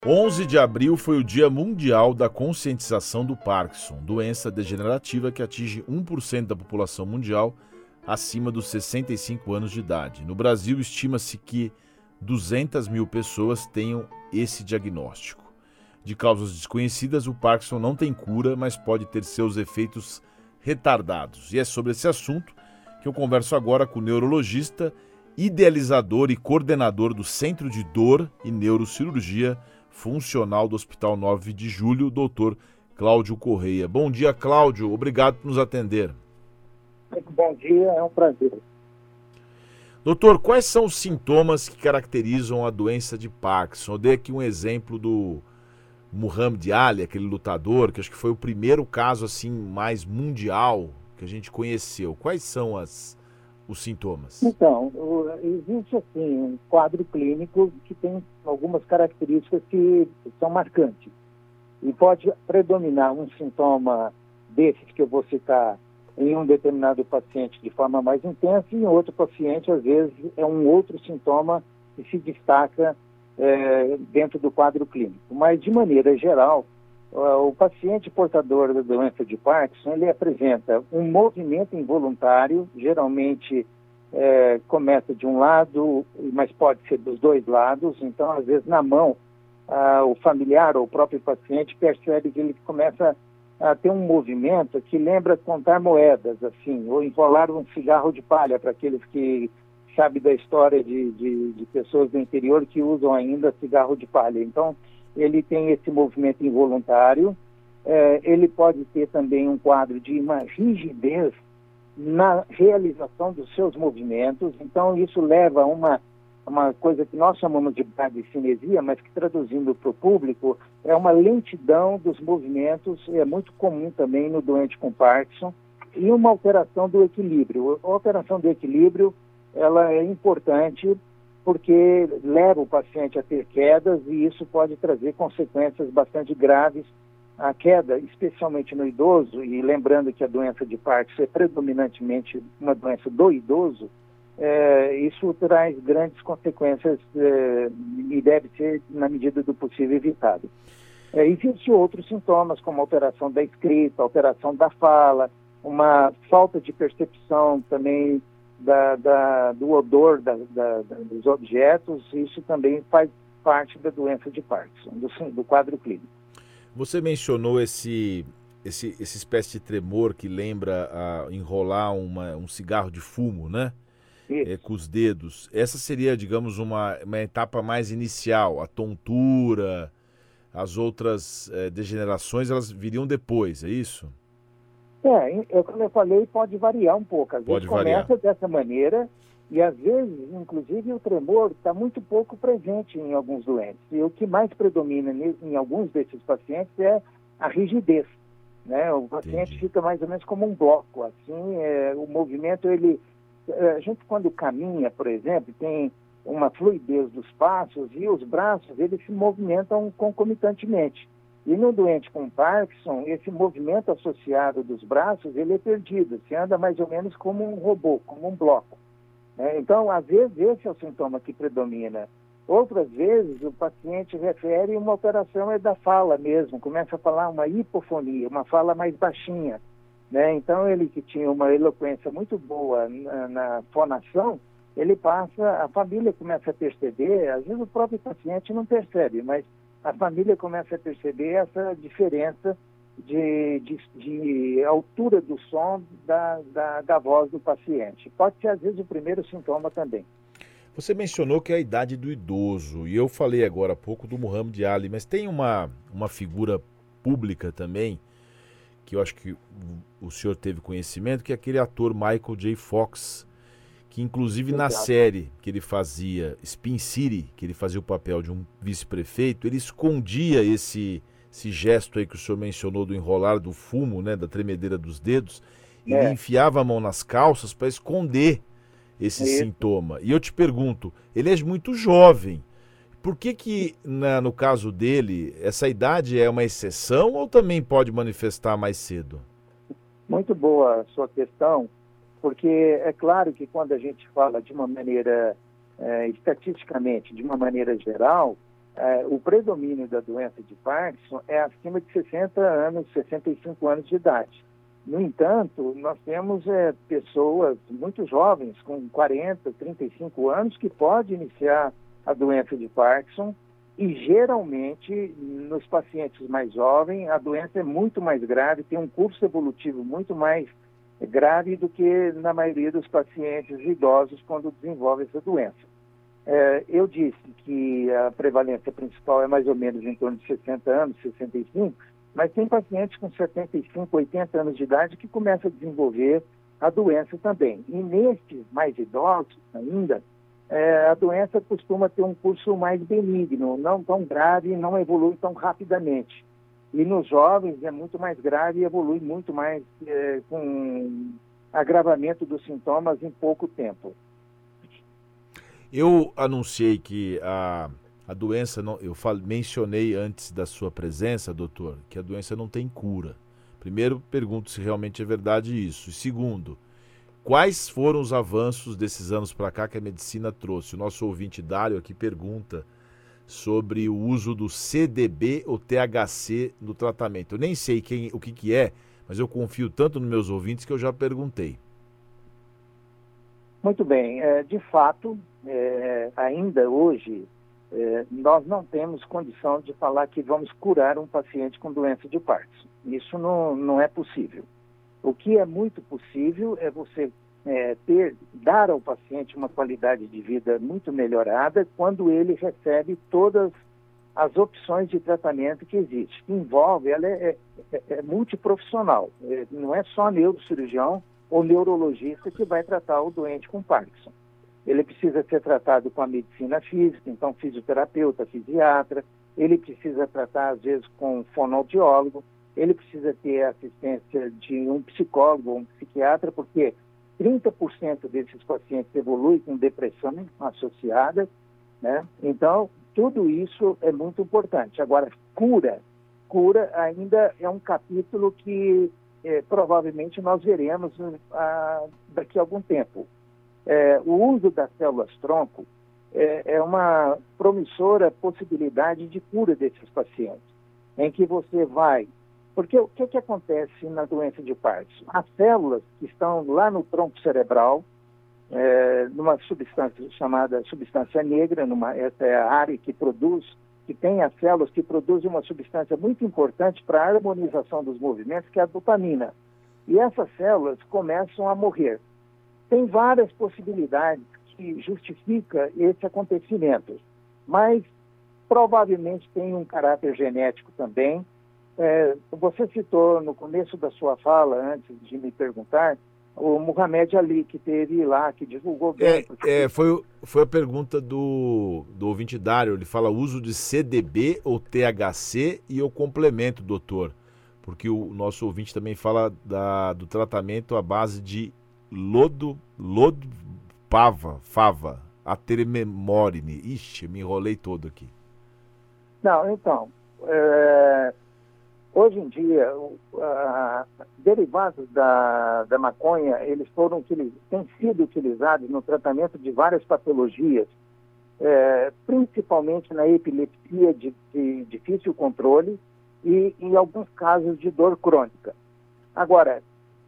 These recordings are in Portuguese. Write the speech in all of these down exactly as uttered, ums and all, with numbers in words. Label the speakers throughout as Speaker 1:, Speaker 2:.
Speaker 1: onze de abril foi o Dia Mundial da Conscientização do Parkinson, doença degenerativa que atinge um por cento da população mundial acima dos sessenta e cinco anos de idade. No Brasil, estima-se que duzentas mil pessoas tenham esse diagnóstico. De causas desconhecidas, o Parkinson não tem cura, mas pode ter seus efeitos retardados. E é sobre esse assunto que eu converso agora com o neurologista, idealizador e coordenador do Centro de Dor e Neurocirurgia Funcional do Hospital nove de julho, doutor Cláudio Correia. Bom dia, Cláudio. Obrigado por nos atender.
Speaker 2: Muito bom dia, é um prazer.
Speaker 1: Doutor, quais são os sintomas que caracterizam a doença de Parkinson? Eu dei aqui um exemplo do Muhammad Ali, aquele lutador, que acho que foi o primeiro caso assim mais mundial que a gente conheceu. Quais são as, os sintomas?
Speaker 2: Então, existe assim um quadro clínico que tem algumas características que são marcantes. E pode predominar um sintoma desses que eu vou citar em um determinado paciente de forma mais intensa e em outro paciente, às vezes, é um outro sintoma que se destaca é, dentro do quadro clínico. Mas, de maneira geral, o paciente portador da doença de Parkinson, ele apresenta um movimento involuntário, geralmente é, começa de um lado, mas pode ser dos dois lados. Então, às vezes, na mão, ah, o familiar ou o próprio paciente percebe que ele começa a ter um movimento que lembra contar moedas, assim, ou enrolar um cigarro de palha, para aqueles que sabem da história de, de, de pessoas do interior que usam ainda cigarro de palha. Então, ele tem esse movimento involuntário, eh, ele pode ter também um quadro de uma rigidez na realização dos seus movimentos. Então, isso leva a uma, uma coisa que nós chamamos de bradicinesia, mas que, traduzindo para o público, é uma lentidão dos movimentos, é muito comum também no doente com Parkinson, e uma alteração do equilíbrio. A alteração do equilíbrio, ela é importante porque leva o paciente a ter quedas e isso pode trazer consequências bastante graves. A queda, especialmente no idoso, e lembrando que a doença de Parkinson é predominantemente uma doença do idoso, é, isso traz grandes consequências é, e deve ser, na medida do possível, evitado. É, Existem outros sintomas, como alteração da escrita, alteração da fala, uma falta de percepção também Da, da, do odor da, da, dos objetos. Isso também faz parte da doença de Parkinson, do, do quadro clínico.
Speaker 1: Você mencionou esse, esse, esse espécie de tremor que lembra a enrolar uma, um cigarro de fumo, né? É, com os dedos. Essa seria, digamos, uma, uma etapa mais inicial. A tontura, as outras é, degenerações, elas viriam depois, é isso?
Speaker 2: É, eu, como eu falei, pode variar um pouco. Às
Speaker 1: Pode
Speaker 2: vezes começa
Speaker 1: variar.
Speaker 2: dessa maneira e, às vezes, inclusive, o tremor está muito pouco presente em alguns doentes. E o que mais predomina em alguns desses pacientes é a rigidez, né? O paciente
Speaker 1: Entendi.
Speaker 2: fica mais ou menos como um bloco, assim, é, o movimento, ele... A gente, quando caminha, por exemplo, tem uma fluidez dos passos e os braços, eles se movimentam concomitantemente. E no doente com Parkinson, esse movimento associado dos braços, ele é perdido. Você anda mais ou menos como um robô, como um bloco. Né? Então, às vezes, esse é o sintoma que predomina. Outras vezes, o paciente refere uma alteração é da fala mesmo. Começa a falar uma hipofonia, uma fala mais baixinha. Né? Então, ele que tinha uma eloquência muito boa na, na fonação, ele passa, a família começa a perceber, às vezes o próprio paciente não percebe, mas a família começa a perceber essa diferença de, de, de altura do som da, da, da voz do paciente. Pode ser, às vezes, o primeiro sintoma também.
Speaker 1: Você mencionou que é a idade do idoso, e eu falei agora há pouco do Muhammad Ali, mas tem uma, uma figura pública também, que eu acho que o senhor teve conhecimento, que é aquele ator Michael J. Fox, que inclusive na
Speaker 2: Exato.
Speaker 1: série que ele fazia, Spin City, que ele fazia o papel de um vice-prefeito, ele escondia esse, esse gesto aí que o senhor mencionou do enrolar do fumo, né, da tremedeira dos dedos, ele
Speaker 2: É.
Speaker 1: enfiava a mão nas calças para esconder esse
Speaker 2: Isso.
Speaker 1: sintoma. E eu te pergunto, ele é muito jovem, por que que, na, no caso dele, essa idade é uma exceção ou também pode manifestar mais cedo?
Speaker 2: Muito boa a sua questão, porque é claro que quando a gente fala de uma maneira, é, estatisticamente, de uma maneira geral, é, o predomínio da doença de Parkinson é acima de sessenta anos, sessenta e cinco anos de idade. No entanto, nós temos é, pessoas muito jovens, com quarenta, trinta e cinco anos, que podem iniciar a doença de Parkinson e, geralmente, nos pacientes mais jovens, a doença é muito mais grave, tem um curso evolutivo muito mais grave do que na maioria dos pacientes idosos quando desenvolvem essa doença. É, eu disse que a prevalência principal é mais ou menos em torno de sessenta anos, sessenta e cinco, mas tem pacientes com setenta e cinco, oitenta anos de idade que começam a desenvolver a doença também. E nestes mais idosos ainda, é, a doença costuma ter um curso mais benigno, não tão grave, não evolui tão rapidamente. E nos jovens é muito mais grave e evolui muito mais é, com agravamento dos sintomas em pouco tempo.
Speaker 1: Eu anunciei que a, a doença, não, eu fal, mencionei antes da sua presença, doutor, que a doença não tem cura. Primeiro, pergunto se realmente é verdade isso. E segundo, quais foram os avanços desses anos para cá que a medicina trouxe? O nosso ouvinte Dário aqui pergunta sobre o uso do C D B ou T H C no tratamento. Eu nem sei quem, o que, que é, mas eu confio tanto nos meus ouvintes que eu já perguntei.
Speaker 2: Muito bem. É, de fato, é, ainda hoje, é, nós não temos condição de falar que vamos curar um paciente com doença de Parkinson. Isso não, não é possível. O que é muito possível é você é, ter, dar ao paciente uma qualidade de vida muito melhorada quando ele recebe todas as opções de tratamento que existem. Que envolve, ela é, é, é multiprofissional, é, não é só neurocirurgião ou neurologista que vai tratar o doente com Parkinson. Ele precisa ser tratado com a medicina física, então fisioterapeuta, fisiatra, ele precisa tratar às vezes com fonoaudiólogo, ele precisa ter assistência de um psicólogo ou um psiquiatra, porque trinta por cento desses pacientes evoluem com depressão associada, né? Então, tudo isso é muito importante. Agora, cura, cura ainda é um capítulo que é, provavelmente nós veremos ah, daqui a algum tempo. É, o uso das células-tronco é, é uma promissora possibilidade de cura desses pacientes, em que você vai... Porque o que, que acontece na doença de Parkinson? As células que estão lá no tronco cerebral, é, numa substância chamada substância negra, numa, essa é a área que produz, que tem as células que produzem uma substância muito importante para a harmonização dos movimentos, que é a dopamina. E essas células começam a morrer. Tem várias possibilidades que justificam esse acontecimento, mas provavelmente tem um caráter genético também. É, você citou no começo da sua fala, antes de me perguntar, o Muhammad Ali, que teve lá, que divulgou bem.
Speaker 1: É, porque... é, foi, foi a pergunta do, do ouvinte Dário. Ele fala uso de C D B ou T H C e o complemento, doutor. Porque o nosso ouvinte também fala da, do tratamento à base de lodo, lodo pava, fava, aterememorine. Ixi, me enrolei todo aqui.
Speaker 2: Não, então... É... Hoje em dia, uh, derivados da, da maconha, eles foram utilizados, têm sido utilizados no tratamento de várias patologias, é, principalmente na epilepsia de, de difícil controle e em alguns casos de dor crônica. Agora,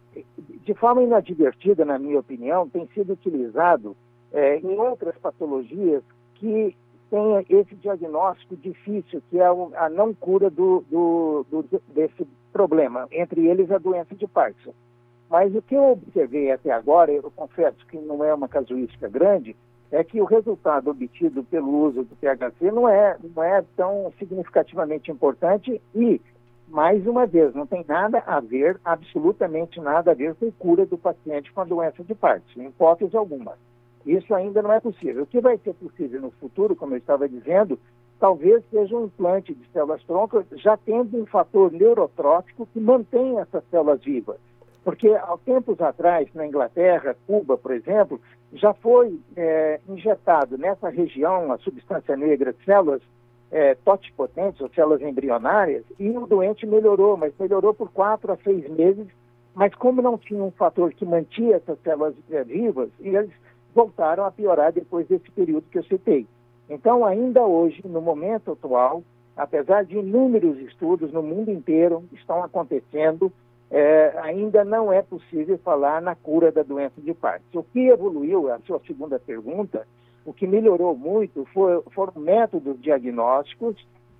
Speaker 2: de forma inadvertida, na minha opinião, tem sido utilizado é, em outras patologias que tem esse diagnóstico difícil, que é a não cura do, do, do, desse problema, entre eles a doença de Parkinson. Mas o que eu observei até agora, eu confesso que não é uma casuística grande, é que o resultado obtido pelo uso do T H C não é, não é tão significativamente importante e, mais uma vez, não tem nada a ver, absolutamente nada a ver com a cura do paciente com a doença de Parkinson, em hipótese alguma. Isso ainda não é possível. O que vai ser possível no futuro, como eu estava dizendo, talvez seja um implante de células-tronco já tendo um fator neurotrófico que mantém essas células vivas. Porque, há tempos atrás, na Inglaterra, Cuba, por exemplo, já foi é, injetado nessa região a substância negra de células é, totipotentes, ou células embrionárias, e o doente melhorou, mas melhorou por quatro a seis meses, mas como não tinha um fator que mantinha essas células é, vivas, e eles voltaram a piorar depois desse período que eu citei. Então, ainda hoje, no momento atual, apesar de inúmeros estudos no mundo inteiro estão acontecendo, é, ainda não é possível falar na cura da doença de Parkinson. O que evoluiu, a sua segunda pergunta, o que melhorou muito foi, foram métodos diagnósticos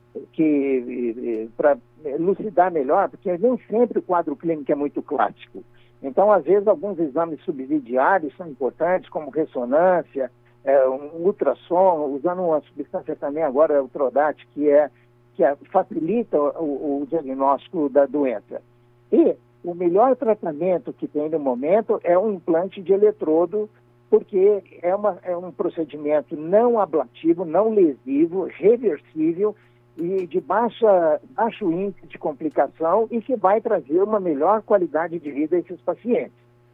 Speaker 2: que para elucidar melhor, porque nem sempre o quadro clínico é muito clássico. Então, às vezes, alguns exames subsidiários são importantes, como ressonância, é, um ultrassom, usando uma substância também agora, o Trodat, que, é, que é, facilita o, o diagnóstico da doença. E o melhor tratamento que tem no momento é um implante de eletrodo, porque é, uma, é um procedimento não ablativo, não lesivo, reversível e de baixa, baixo índice de complicação e que vai trazer uma melhor qualidade de vida a esses pacientes.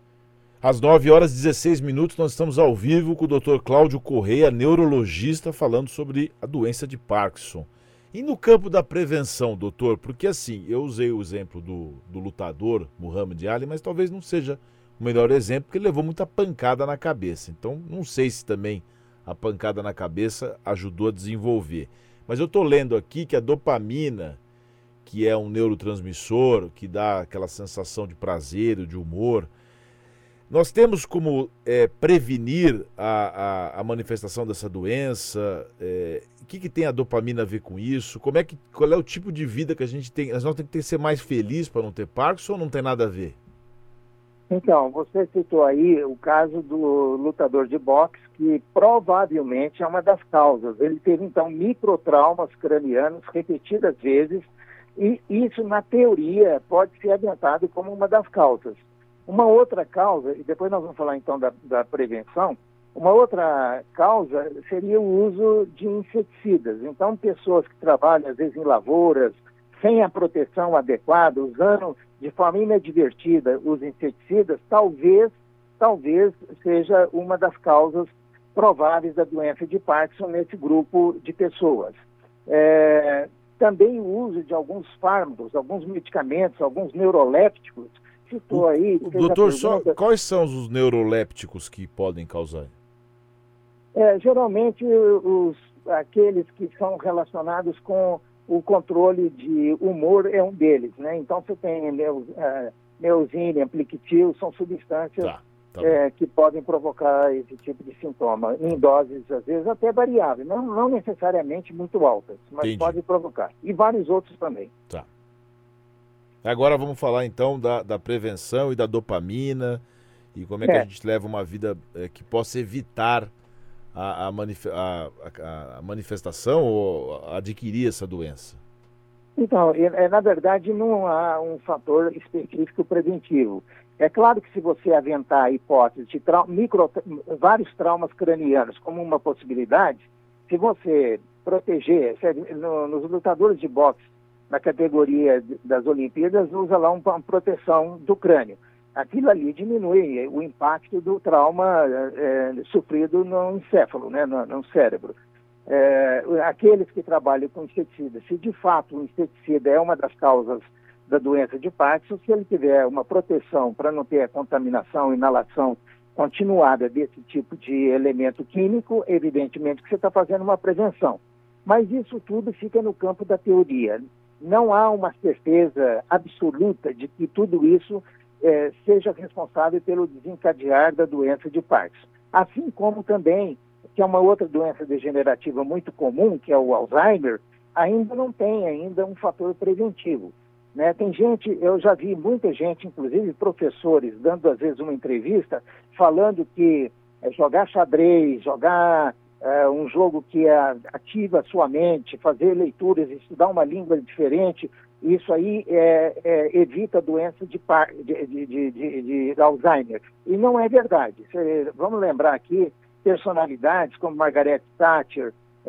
Speaker 1: Às nove horas e dezesseis minutos, nós estamos ao vivo com o doutor Cláudio Correia, neurologista, falando sobre a doença de Parkinson. E no campo da prevenção, doutor, porque assim, eu usei o exemplo do, do lutador Muhammad Ali, mas talvez não seja o melhor exemplo, porque ele levou muita pancada na cabeça. Então, não sei se também a pancada na cabeça ajudou a desenvolver. Mas eu estou lendo aqui que a dopamina, que é um neurotransmissor, que dá aquela sensação de prazer, de humor, nós temos como é, prevenir a, a, a manifestação dessa doença? É, o que, que tem a dopamina a ver com isso? Como é que, qual é o tipo de vida que a gente tem? Nós temos que ser mais felizes para não ter Parkinson ou não tem nada a ver?
Speaker 2: Então, você citou aí o caso do lutador de boxe, que provavelmente é uma das causas. Ele teve, então, microtraumas cranianos repetidas vezes, e isso, na teoria, pode ser adiantado como uma das causas. Uma outra causa, e depois nós vamos falar, então, da, da prevenção, uma outra causa seria o uso de inseticidas. Então, pessoas que trabalham, às vezes, em lavouras, sem a proteção adequada, usando de forma inadvertida os inseticidas, talvez, talvez seja uma das causas prováveis da doença de Parkinson nesse grupo de pessoas. É, também o uso de alguns fármacos, alguns medicamentos, alguns neurolépticos, citou aí...
Speaker 1: O, doutor, só, quais são os neurolépticos que podem causar?
Speaker 2: É, geralmente, os, aqueles que são relacionados com o controle de humor é um deles, né? Então, você tem neus, uh, neosine, ampliquitil, são substâncias
Speaker 1: tá, tá
Speaker 2: é, que podem provocar esse tipo de sintoma, em doses, às vezes, até variáveis, não, não necessariamente muito altas, mas
Speaker 1: Entendi.
Speaker 2: Pode provocar. E vários outros também.
Speaker 1: Tá. Agora vamos falar, então, da, da prevenção e da dopamina, e como é que
Speaker 2: É.
Speaker 1: a gente leva uma vida é, que possa evitar A, a, manif a, a, a manifestação ou adquirir essa doença?
Speaker 2: Então, é, na verdade, não há um fator específico preventivo. É claro que se você aventar a hipótese de trau micro, vários traumas cranianos como uma possibilidade, se você proteger, se, no, nos lutadores de boxe, na categoria das Olimpíadas, usa lá um, uma proteção do crânio. Aquilo ali diminui o impacto do trauma é, sofrido no encéfalo, né, no, no cérebro. É, aqueles que trabalham com inseticida, se de fato o inseticida é uma das causas da doença de Parkinson, se ele tiver uma proteção para não ter a contaminação, inalação continuada desse tipo de elemento químico, evidentemente que você está fazendo uma prevenção. Mas isso tudo fica no campo da teoria. Não há uma certeza absoluta de que tudo isso É, seja responsável pelo desencadear da doença de Parkinson. Assim como também, que é uma outra doença degenerativa muito comum, que é o Alzheimer, ainda não tem ainda um fator preventivo. Né? Tem gente, eu já vi muita gente, inclusive professores, dando às vezes uma entrevista, falando que é, jogar xadrez, jogar é, um jogo que é, ativa a sua mente, fazer leituras, estudar uma língua diferente, isso aí é, é, evita a doença de, par, de, de, de, de, de Alzheimer. E não é verdade. Cê, vamos lembrar aqui personalidades como Margaret Thatcher,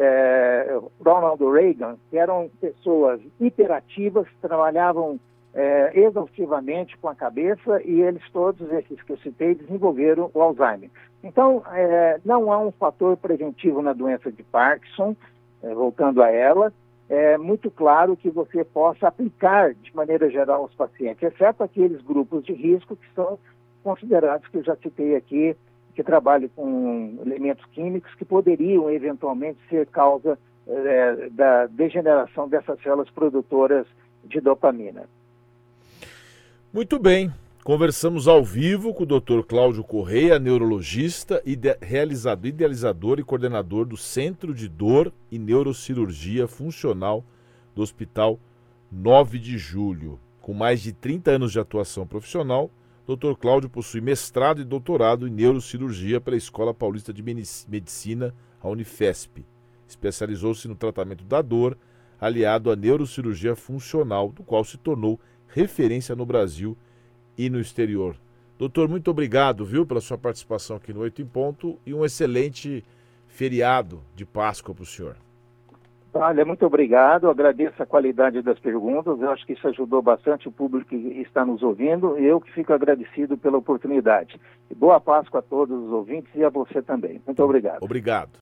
Speaker 2: é, Ronald Reagan, que eram pessoas hiperativas, trabalhavam é, exaustivamente com a cabeça, e eles todos, esses que eu citei, desenvolveram o Alzheimer. Então, é, não há um fator preventivo na doença de Parkinson, é, voltando a ela. É muito claro que você possa aplicar de maneira geral aos pacientes, exceto aqueles grupos de risco que são considerados, que eu já citei aqui, que trabalha com elementos químicos que poderiam eventualmente ser causa é, da degeneração dessas células produtoras de dopamina.
Speaker 1: Muito bem. Conversamos ao vivo com o doutor Cláudio Correia, neurologista, ide- realizador, idealizador e coordenador do Centro de Dor e Neurocirurgia Funcional do Hospital nove de julho. Com mais de trinta anos de atuação profissional, doutor Cláudio possui mestrado e doutorado em neurocirurgia pela Escola Paulista de Medicina, a Unifesp. Especializou-se no tratamento da dor, aliado à neurocirurgia funcional, do qual se tornou referência no Brasil e no exterior. Doutor, muito obrigado, viu, pela sua participação aqui no Oito em Ponto e um excelente feriado de Páscoa para o senhor.
Speaker 2: Olha, muito obrigado, agradeço a qualidade das perguntas, eu acho que isso ajudou bastante o público que está nos ouvindo e eu que fico agradecido pela oportunidade. E boa Páscoa a todos os ouvintes e a você também. Muito obrigado.
Speaker 1: Obrigado.